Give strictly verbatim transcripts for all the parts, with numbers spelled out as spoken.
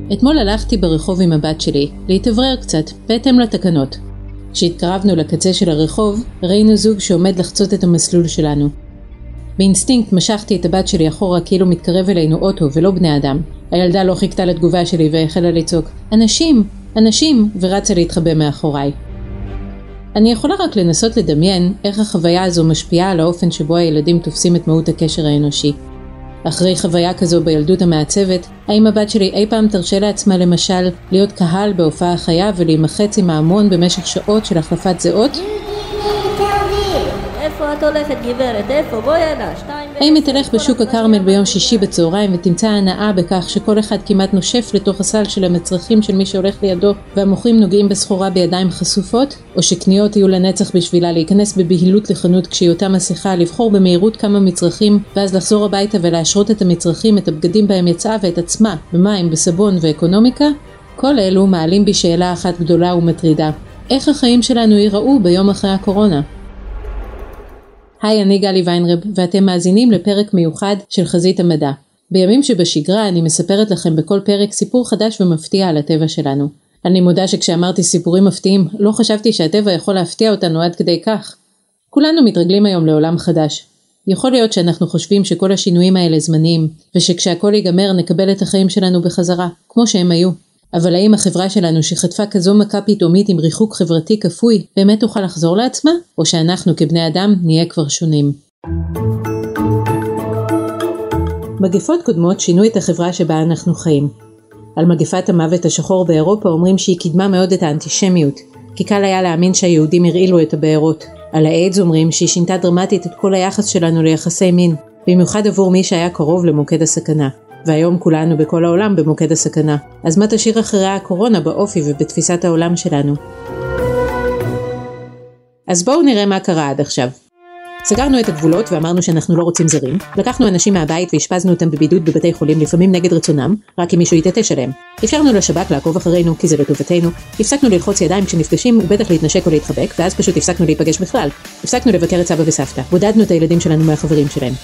אתמול הלכתי ברחוב עם הבת שלי, להתאוורר קצת, בהתאם לתקנות. כשהתקרבנו לקצה של הרחוב, ראינו זוג שעומד לחצות את המסלול שלנו. באינסטינקט משכתי את הבת שלי אחורה כאילו מתקרב אלינו אוטו ולא בני אדם. הילדה לא חיכתה לתגובה שלי והחלה לצעוק, אנשים, אנשים, ורצה להתחבא מאחוריי. אני יכולה רק לנסות לדמיין איך החוויה הזו משפיעה על האופן שבו הילדים תופסים את מהות הקשר האנושי. אחרי חוויה כזו בילדות המעצבת, האם הבת שלי אי פעם תרשה לעצמה למשל להיות קהל בהופעה חיה ולהימחץ עם ההמון במשך שעות של החלפת זהות? איפה את הולכת גברת? איפה? בואי הנה, שתיים... האם תלך בשוק הקרמל ביום שישי בצהריים ותמצא הנאה בכך שכל אחד כמעט נושף לתוך הסל של המצרכים של מי שהולך לידו והמוכרים נוגעים בסחורה בידיים חשופות? או שקניות יהיו לנצח בשבילה להיכנס בבהילות לחנות כשהיא אותה מסכה, לבחור במהירות כמה מצרכים ואז לחזור הביתה ולהשרות את המצרכים, את הבגדים בהם יצאה ואת עצמה, במים, בסבון ואקונומיקה? כל אלו מעלים בי שאלה אחת גדולה ומטרידה. איך החיים שלנו ייראו ביום אחרי הקורונה? היי, אני גלי ויינרב, ואתם מאזינים לפרק מיוחד של חזית המדע. בימים שבשגרה אני מספרת לכם בכל פרק סיפור חדש ומפתיע על הטבע שלנו. אני מודה שכשאמרתי סיפורים מפתיעים, לא חשבתי שהטבע יכול להפתיע אותנו עד כדי כך. כולנו מתרגלים היום לעולם חדש. יכול להיות שאנחנו חושבים שכל השינויים האלה זמניים, ושכשהכל ייגמר נקבל את החיים שלנו בחזרה, כמו שהם היו. אבל האם החברה שלנו שחטפה כזו מכה פתאומית עם ריחוק חברתי כפוי באמת תוכל לחזור לעצמה? או שאנחנו כבני אדם נהיה כבר שונים? מגפות קודמות שינו את החברה שבה אנחנו חיים. על מגפת המוות השחור באירופה אומרים שהיא קידמה מאוד את האנטישמיות, כי קל היה להאמין שהיהודים הרעילו את הבארות. על האיידס אומרים שהיא שינתה דרמטית את כל היחס שלנו ליחסי מין, במיוחד עבור מי שהיה קרוב למוקד הסכנה. והיום כולנו בכל העולם במוקד הסכנה. אז מה תשאיר אחרי הקורונה באופי ובתפיסת העולם שלנו? אז בואו נראה מה קרה עד עכשיו. סגרנו את הגבולות ואמרנו שאנחנו לא רוצים זרים. לקחנו אנשים מהבית והשפזנו אותם בבידוד בבתי חולים לפעמים נגד רצונם, רק אם מישהו יתעטש עליהם. אפשרנו לשב"כ לעקוב אחרינו כי זה לטובתנו. הפסקנו ללחוץ ידיים כשנפגשים ובטח להתנשק או להתחבק, ואז פשוט הפסקנו להיפגש בכלל. הפסקנו לבקר את סבא וסבתא. בודדנו את הילדים שלנו מהחברים שלהם.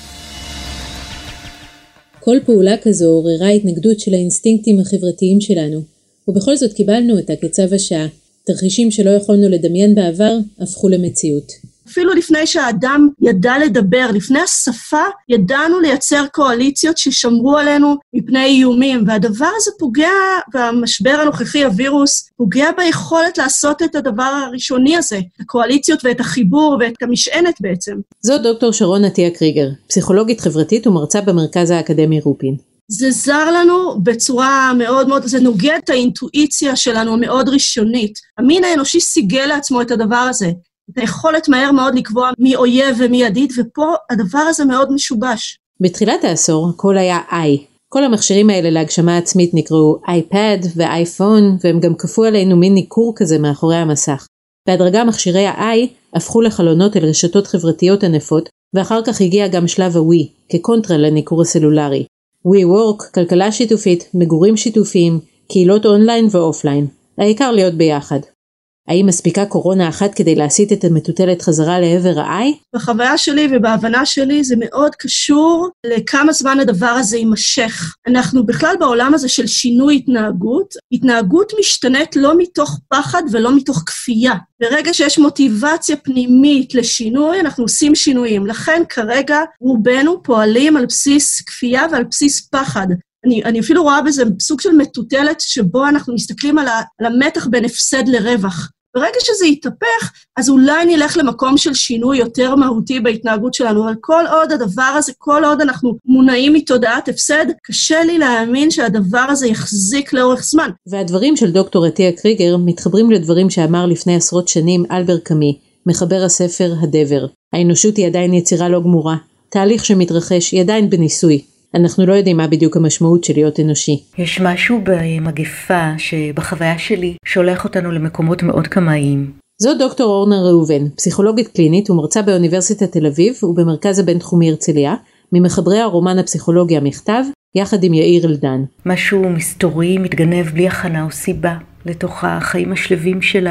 כל פעולה כזו עוררה התנגדות של האינסטינקטים החברתיים שלנו, ובכל זאת קיבלנו אותה כצו השעה. תרחישים שלא יכולנו לדמיין בעבר הפכו למציאות. אפילו לפני שהאדם ידע לדבר, לפני השפה, ידענו לייצר קואליציות ששמרו עלינו מפני איומים, והדבר הזה פוגע, והמשבר הנוכחי, הווירוס, פוגע ביכולת לעשות את הדבר הראשוני הזה, הקואליציות ואת החיבור ואת המשענת בעצם. זו דוקטור שרון עטיה קריגר, פסיכולוגית חברתית ומרצה במרכז האקדמי רופין. זה זר לנו בצורה מאוד מאוד, זה נוגד את האינטואיציה שלנו המאוד ראשונית. המין האנושי סיגל לעצמו את הדבר הזה. את היכולת מהר מאוד לקבוע מי אויב ומי ידיד, ופה הדבר הזה מאוד משובש. בתחילת העשור הכל היה איי. כל המכשירים האלה להגשמה עצמית נקראו אייפד ואייפון, והם גם כפו עלינו מין ניכור כזה מאחורי המסך. בהדרגה מכשירי ה-I הפכו לחלונות אל רשתות חברתיות ענפות, ואחר כך הגיע גם שלב הווי, כקונטרה לניכור הסלולרי. ווי וורק, כלכלה שיתופית, מגורים שיתופיים, קהילות אונליין ואופליין. העיקר להיות ביחד. האם מספיקה קורונה אחת כדי להסיט את המטוטלת חזרה לעבר ה-I? בחוויה שלי ובהבנה שלי זה מאוד קשור לכמה זמן הדבר הזה יימשך. אנחנו בכלל בעולם הזה של שינוי התנהגות, התנהגות משתנית לא מתוך פחד ולא מתוך כפייה. ברגע שיש מוטיבציה פנימית לשינוי, אנחנו עושים שינויים. לכן כרגע רובנו פועלים על בסיס כפייה ועל בסיס פחד. אני, אני אפילו רואה בזה סוג של מטוטלת שבו אנחנו מסתכלים על, ה, על המתח בין הפסד לרווח. ברגע שזה יתהפך, אז אולי נלך למקום של שינוי יותר מהותי בהתנהגות שלנו, אבל כל עוד הדבר הזה, כל עוד אנחנו מונעים מתודעת הפסד, קשה לי להאמין שהדבר הזה יחזיק לאורך זמן. והדברים של דוקטור עטיה קריגר מתחברים לדברים שאמר לפני עשרות שנים אלבר קאמי, מחבר הספר הדבר. האנושות היא עדיין יצירה לא גמורה, תהליך שמתרחש היא עדיין בניסוי. אנחנו לא יודעים מה בדיוק המשמעות של להיות אנושי. יש משהו במגפה שבחוויה שלי שולח אותנו למקומות מאוד קמאיים. זו דוקטור אורנה ראובן, פסיכולוגית קלינית ומרצה באוניברסיטת תל אביב ובמרכז הבינתחומי הרצליה, ממחברי הרומן הפסיכולוגיה מכתב, יחד עם יאיר אלדן. משהו מסתורי מתגנב בלי הכנה או סיבה לתוך החיים השלבים שלנו.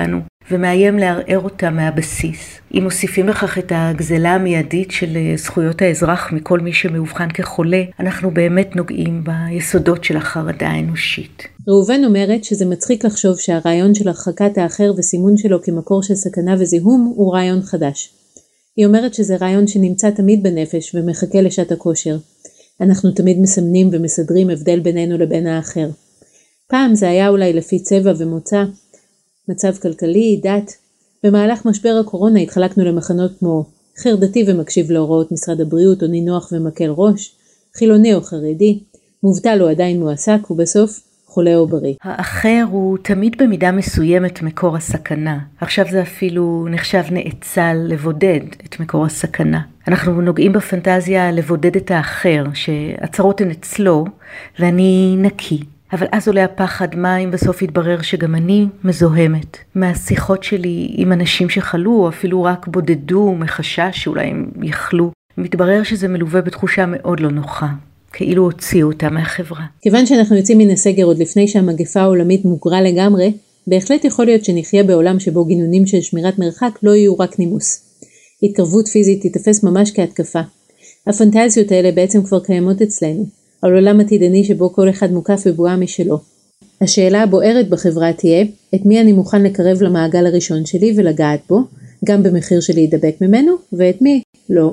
ומאיים לערער אותה מהבסיס. אם מוסיפים לכך את הגזלה המיידית של זכויות האזרח מכל מי שמאובחן כחולה, אנחנו באמת נוגעים ביסודות של החרדה האנושית. ראובן אומרת שזה מצחיק לחשוב שהרעיון של הרחקת האחר וסימון שלו כמקור של סכנה וזיהום הוא רעיון חדש. היא אומרת שזה רעיון שנמצא תמיד בנפש ומחכה לשעת הכושר. אנחנו תמיד מסמנים ומסדרים הבדל בינינו לבין האחר. פעם זה היה אולי לפי צבע ומוצא, מצב כלכלי, דת. במהלך משבר הקורונה התחלקנו למחנות כמו חרדתי ומקשיב להוראות משרד הבריאות או נינוח ומקל ראש, חילוני או חרדי, מובטל או עדיין מועסק ובסוף חולה או בריא. האחר הוא תמיד במידה מסוימת מקור הסכנה. עכשיו זה אפילו נחשב נאצל לבודד את מקור הסכנה. אנחנו נוגעים בפנטזיה לבודד את האחר, שהצרות הן אצלו ואני נקי. אבל אז עולה הפחד, מה אם בסוף יתברר שגם אני מזוהמת. מהשיחות שלי עם אנשים שחלו, או אפילו רק בודדו מחשש שאולי הם יחלו, מתברר שזה מלווה בתחושה מאוד לא נוחה. כאילו הוציאו אותה מהחברה. כיוון שאנחנו יוצאים מן הסגר עוד לפני שהמגפה העולמית מוגרה לגמרי, בהחלט יכול להיות שנחיה בעולם שבו גינונים של שמירת מרחק לא יהיו רק נימוס. התקרבות פיזית תתפס ממש כהתקפה. הפנטזיות האלה בעצם כבר קיימות אצלנו, על עולם עתידני שבו כל אחד מוקף בבועה משלו. השאלה הבוערת בחברה תהיה, את מי אני מוכן לקרב למעגל הראשון שלי ולגעת בו, גם במחיר שלי ידבק ממנו, ואת מי לא.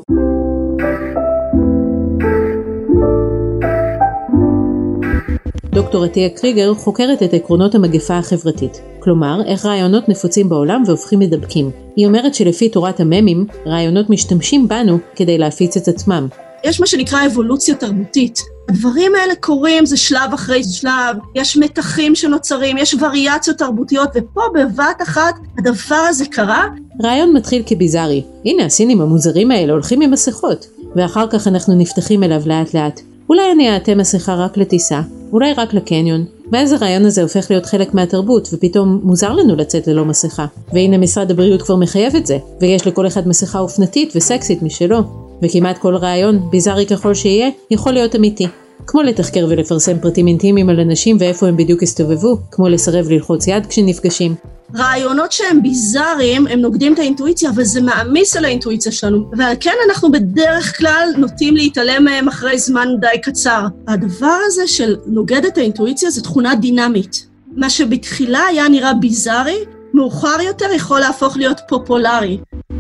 דוקטור עטיה קריגר חוקרת את עקרונות המגפה החברתית, כלומר איך רעיונות נפוצים בעולם והופכים מדבקים. היא אומרת שלפי תורת הממים, רעיונות משתמשים בנו כדי להפיץ את עצמם. יש מה שנקרא אבולוציה תרבותית. הדברים האלה קורים, זה שלב אחרי שלב, יש מתחים שנוצרים, יש וריאציות תרבותיות, ופה בבת אחת הדבר הזה קרה. רעיון מתחיל כביזארי. הנה הסינים המוזרים האלה הולכים עם מסכות, ואחר כך אנחנו נפתחים אליו לאט לאט. אולי אני אעטה מסכה רק לטיסה, אולי רק לקניון, ואז הרעיון הזה הופך להיות חלק מהתרבות, ופתאום מוזר לנו לצאת ללא מסכה. והנה משרד הבריאות כבר מחייב את זה, ויש לכל אחד מסכה אופנתית וסקסית משלו, וכמעט כל רעיון, ביזארי ככל שיהיה, יכול להיות אמיתי. כמו לתחקר ולפרסם פרטים אינטימיים על אנשים ואיפה הם בדיוק הסתובבו, כמו לסרב ללחוץ יד כשנפגשים. רעיונות שהם ביזאריים, הם נוגדים את האינטואיציה, אבל זה מעמיס על האינטואיציה שלנו. ועל כן אנחנו בדרך כלל נוטים להתעלם מהם אחרי זמן די קצר. הדבר הזה של נוגד את האינטואיציה זה תכונה דינמית. מה שבתחילה היה נראה ביזארי, מאוחר יותר יכול להפוך להיות פופולרי.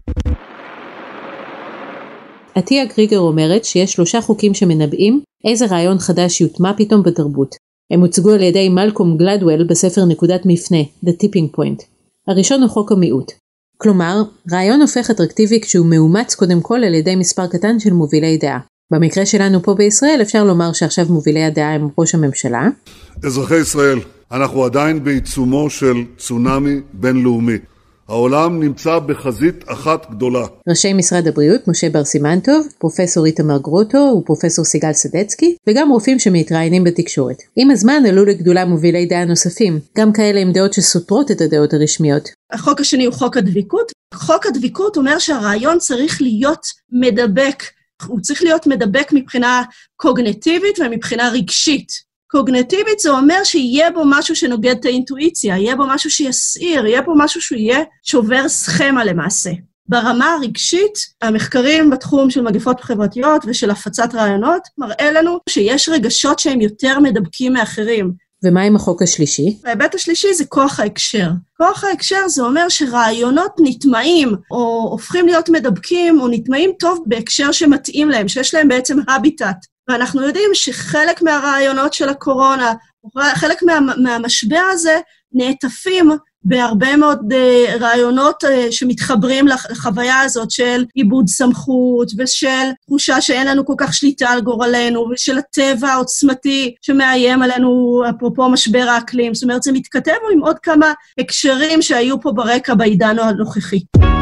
עטיה קריגר אומרת שיש שלושה חוקים שמנבאים איזה רעיון חדש יוטמע פתאום בתרבות. הם הוצגו על ידי מלקום גלדוול בספר נקודת מפנה, The Tipping Point. הראשון הוא חוק המיעוט. כלומר, רעיון הופך אטרקטיבי כשהוא מאומץ קודם כל על ידי מספר קטן של מובילי דעה. במקרה שלנו פה בישראל אפשר לומר שעכשיו מובילי הדעה הם ראש הממשלה. אזרחי ישראל, אנחנו עדיין בעיצומו של צונאמי בינלאומי. העולם נמצא בחזית אחת גדולה. ראשי משרד הבריאות, משה בר סימן טוב, פרופסור איתמר גרוטו ופרופסור סיגל סדצקי, וגם רופאים שמתראיינים בתקשורת. עם הזמן עלו לגדולה מובילי דעה נוספים, גם כאלה עם דעות שסותרות את הדעות הרשמיות. החוק השני הוא חוק הדביקות. חוק הדביקות אומר שהרעיון צריך להיות מדבק. הוא צריך להיות מדבק מבחינה קוגניטיבית ומבחינה רגשית. קוגניטיבית זה אומר שיהיה בו משהו שנוגד את האינטואיציה, יהיה בו משהו שיסעיר, יהיה בו משהו שיהיה שובר סכמה למעשה. ברמה הרגשית, המחקרים בתחום של מגפות חברתיות ושל הפצת רעיונות מראה לנו שיש רגשות שהם יותר מדבקים מאחרים. ומה עם החוק השלישי? ההיבט השלישי זה כוח ההקשר. כוח ההקשר זה אומר שרעיונות נטמעים או הופכים להיות מדבקים או נטמעים טוב בהקשר שמתאים להם, שיש להם בעצם הביטט. ואנחנו יודעים שחלק מהרעיונות של הקורונה, חלק מה, מהמשבר הזה, נעטפים בהרבה מאוד uh, רעיונות uh, שמתחברים לחוויה הזאת של איבוד סמכות, ושל תחושה שאין לנו כל כך שליטה על גורלנו, ושל הטבע העוצמתי שמאיים עלינו, אפרופו משבר האקלים. זאת אומרת, זה מתכתב עם עוד כמה הקשרים שהיו פה ברקע בעידן הנוכחי.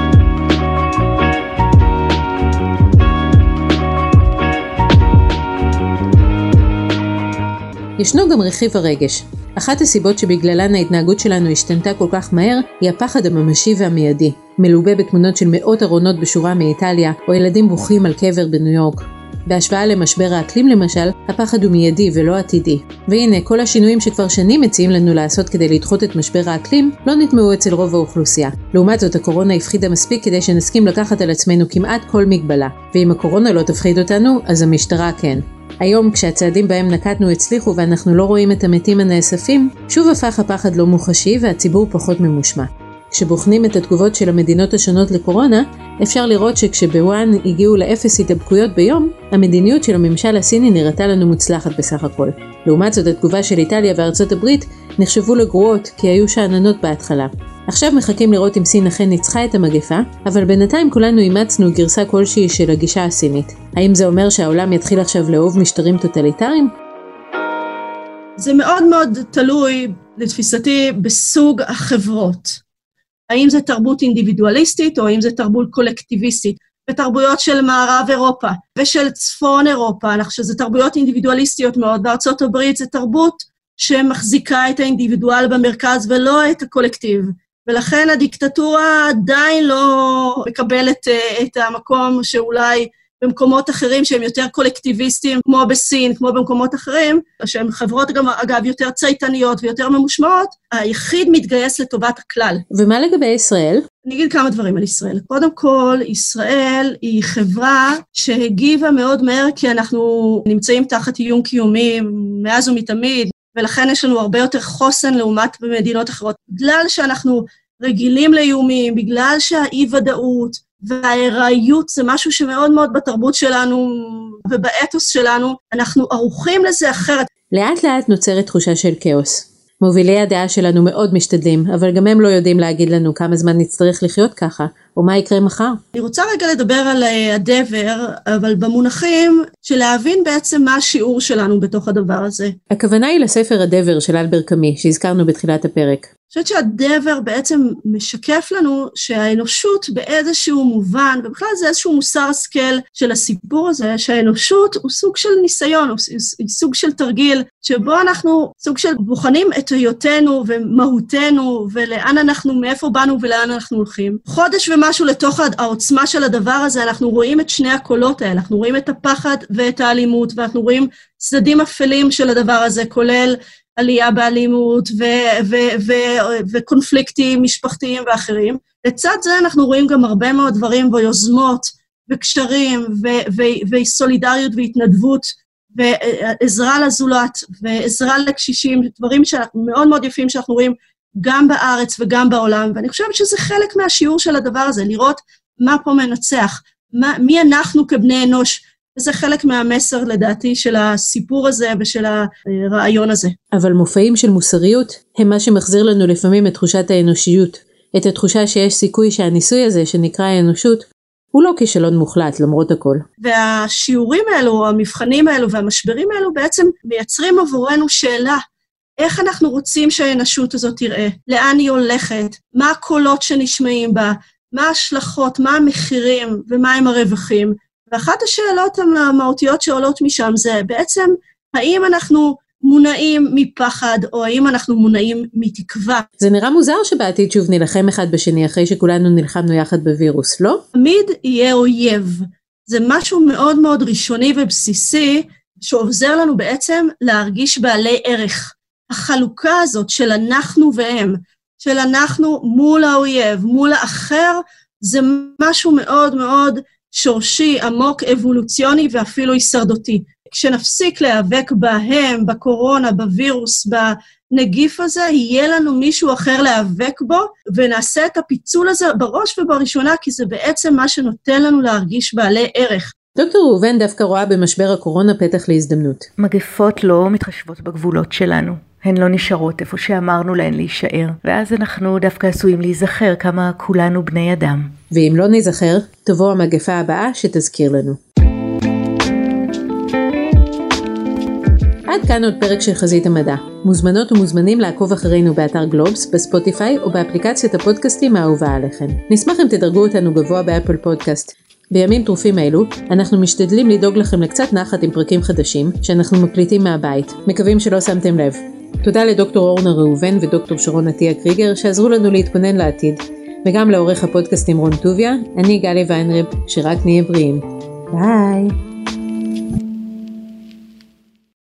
ישנו גם רכיב הרגש. אחת הסיבות שבגללן ההתנהגות שלנו השתנתה כל כך מהר, היא הפחד הממשי והמיידי, מלווה בתמונות של מאות ארונות בשורה מאיטליה, או ילדים בוכים על קבר בניו יורק. בהשוואה למשבר האקלים למשל, הפחד הוא מיידי ולא עתידי. והנה, כל השינויים שכבר שנים מציעים לנו לעשות כדי לדחות את משבר האקלים, לא נטמעו אצל רוב האוכלוסייה. לעומת זאת, הקורונה הפחידה מספיק כדי שנסכים לקחת על עצמנו כמעט כל מגבלה. ואם הקורונה לא תפחיד אותנו, אז המשטרה כן. היום, כשהצעדים בהם נקטנו הצליחו ואנחנו לא רואים את המתים הנאספים, שוב הפך הפחד לא מוחשי והציבור פחות ממושמע. כשבוחנים את התגובות של המדינות השונות לקורונה, אפשר לראות שכשבוואן הגיעו לאפס הידבקויות ביום, המדיניות של הממשל הסיני נראתה לנו מוצלחת בסך הכל. לעומת זאת, התגובה של איטליה וארצות הברית נחשבו לגרועות כי היו שעננות בהתחלה. עכשיו מחכים לראות אם סין אכן ניצחה את המגפה, אבל בינתיים כולנו אימצנו גרסה כלשהי של הגישה הסינית. האם זה אומר שהעולם יתחיל עכשיו לאהוב משטרים טוטליטריים? זה מאוד מאוד תלוי, לתפיסתי, בסוג החברות. האם זה תרבות אינדיבידואליסטית או האם זה תרבות קולקטיביסטית. בתרבויות של מערב אירופה ושל צפון אירופה, אנחנו שזה תרבויות אינדיבידואליסטיות מאוד, בארצות הברית זה תרבות שמחזיקה את האינדיבידואל במרכז ולא את הקולקטיב. ולכן הדיקטטורה עדיין לא מקבלת את המקום שאולי במקומות אחרים שהם יותר קולקטיביסטיים, כמו בסין, כמו במקומות אחרים, שהן חברות גם אגב יותר צייתניות ויותר ממושמעות, היחיד מתגייס לטובת הכלל. ומה לגבי ישראל? אני אגיד כמה דברים על ישראל. קודם כל, ישראל היא חברה שהגיבה מאוד מהר, כי אנחנו נמצאים תחת איום קיומי מאז ומתמיד, ולכן יש לנו הרבה יותר חוסן לעומת במדינות אחרות. בגלל שאנחנו רגילים לאיומים, בגלל שהאי-ודאות וההיראיות זה משהו שמאוד מאוד בתרבות שלנו ובאתוס שלנו, אנחנו ערוכים לזה אחרת. לאט לאט נוצרת תחושה של כאוס. מובילי הדעה שלנו מאוד משתדלים, אבל גם הם לא יודעים להגיד לנו כמה זמן נצטרך לחיות ככה, או מה יקרה מחר. אני רוצה רגע לדבר על הדבר, אבל במונחים של להבין בעצם מה השיעור שלנו בתוך הדבר הזה. הכוונה היא לספר הדבר של אלבר קאמי, שהזכרנו בתחילת הפרק. אני חושבת שהדבר בעצם משקף לנו שהאנושות באיזשהו מובן, ובכלל זה איזשהו מוסר השכל של הסיפור הזה, שהאנושות הוא סוג של ניסיון, הוא סוג של תרגיל, שבו אנחנו סוג של בוחנים את היותנו ומהותנו, ולאן אנחנו, מאיפה באנו ולאן אנחנו הולכים. חודש ומשהו לתוך העוצמה של הדבר הזה, אנחנו רואים את שני הקולות האלה, אנחנו רואים את הפחד ואת האלימות, ואנחנו רואים צדדים אפלים של הדבר הזה, כולל עלייה באלימות ו- ו- ו- וקונפליקטים משפחתיים ואחרים. לצד זה אנחנו רואים גם הרבה מאוד דברים ויוזמות וקשרים ו- ו- וסולידריות והתנדבות ועזרה לזולת ועזרה לקשישים, דברים מאוד מאוד יפים שאנחנו רואים גם בארץ וגם בעולם, ואני חושבת שזה חלק מהשיעור של הדבר הזה, לראות מה פה מנצח, מה, מי אנחנו כבני אנוש, וזה חלק מהמסר לדעתי של הסיפור הזה ושל הרעיון הזה. אבל מופעים של מוסריות הם מה שמחזיר לנו לפעמים את תחושת האנושיות, את התחושה שיש סיכוי שהניסוי הזה שנקרא האנושות, הוא לא כישלון מוחלט למרות הכל. והשיעורים האלו, המבחנים האלו והמשברים האלו בעצם מייצרים עבורנו שאלה, איך אנחנו רוצים שהאנושות הזאת תראה, לאן היא הולכת, מה הקולות שנשמעים בה, מה ההשלכות, מה המחירים ומה הם הרווחים. ואחת השאלות המהותיות שעולות משם זה בעצם, האם אנחנו מונעים מפחד, או האם אנחנו מונעים מתקווה. זה נראה מוזר שבעתיד שוב נלחם אחד בשני, אחרי שכולנו נלחמנו יחד בווירוס, לא? תמיד יהיה אויב. זה משהו מאוד מאוד ראשוני ובסיסי, שעוזר לנו בעצם להרגיש בעלי ערך. החלוקה הזאת של אנחנו והם, של אנחנו מול האויב, מול האחר, זה משהו מאוד מאוד שורשי, עמוק, אבולוציוני ואפילו הישרדותי. כשנפסיק להיאבק בהם, בקורונה, בווירוס, בנגיף הזה, יהיה לנו מישהו אחר להיאבק בו, ונעשה את הפיצול הזה בראש ובראשונה, כי זה בעצם מה שנותן לנו להרגיש בעלי ערך. דוקטור ראובן דווקא רואה במשבר הקורונה פתח להזדמנות. מגפות לא מתחשבות בגבולות שלנו. הן לא נשארות איפה שאמרנו להן להישאר, ואז אנחנו דווקא עשויים להיזכר כמה כולנו בני אדם. ואם לא נזכר, תבוא המגפה הבאה שתזכיר לנו. עד כאן עוד פרק של חזית המדע. מוזמנות ומוזמנים לעקוב אחרינו באתר גלובס, בספוטיפיי או באפליקציית הפודקאסטים האהובה עליכם. נשמח אם תדרגו אותנו גבוה באפל פודקאסט. בימים טרופים אלו, אנחנו משתדלים לדאוג לכם לקצת נחת עם פרקים חדשים, שאנחנו מקליטים מהבית. מקווים שלא שמתם לב. תודה לדוקטור אורנה ראובן ודוקטור שרון עטיה קריגר שעזרו לנו להתכונן לעתיד, וגם לעורך הפודקאסטים רון טוביה, אני גלי ויינרב, שרק נהיה בריאים. ביי!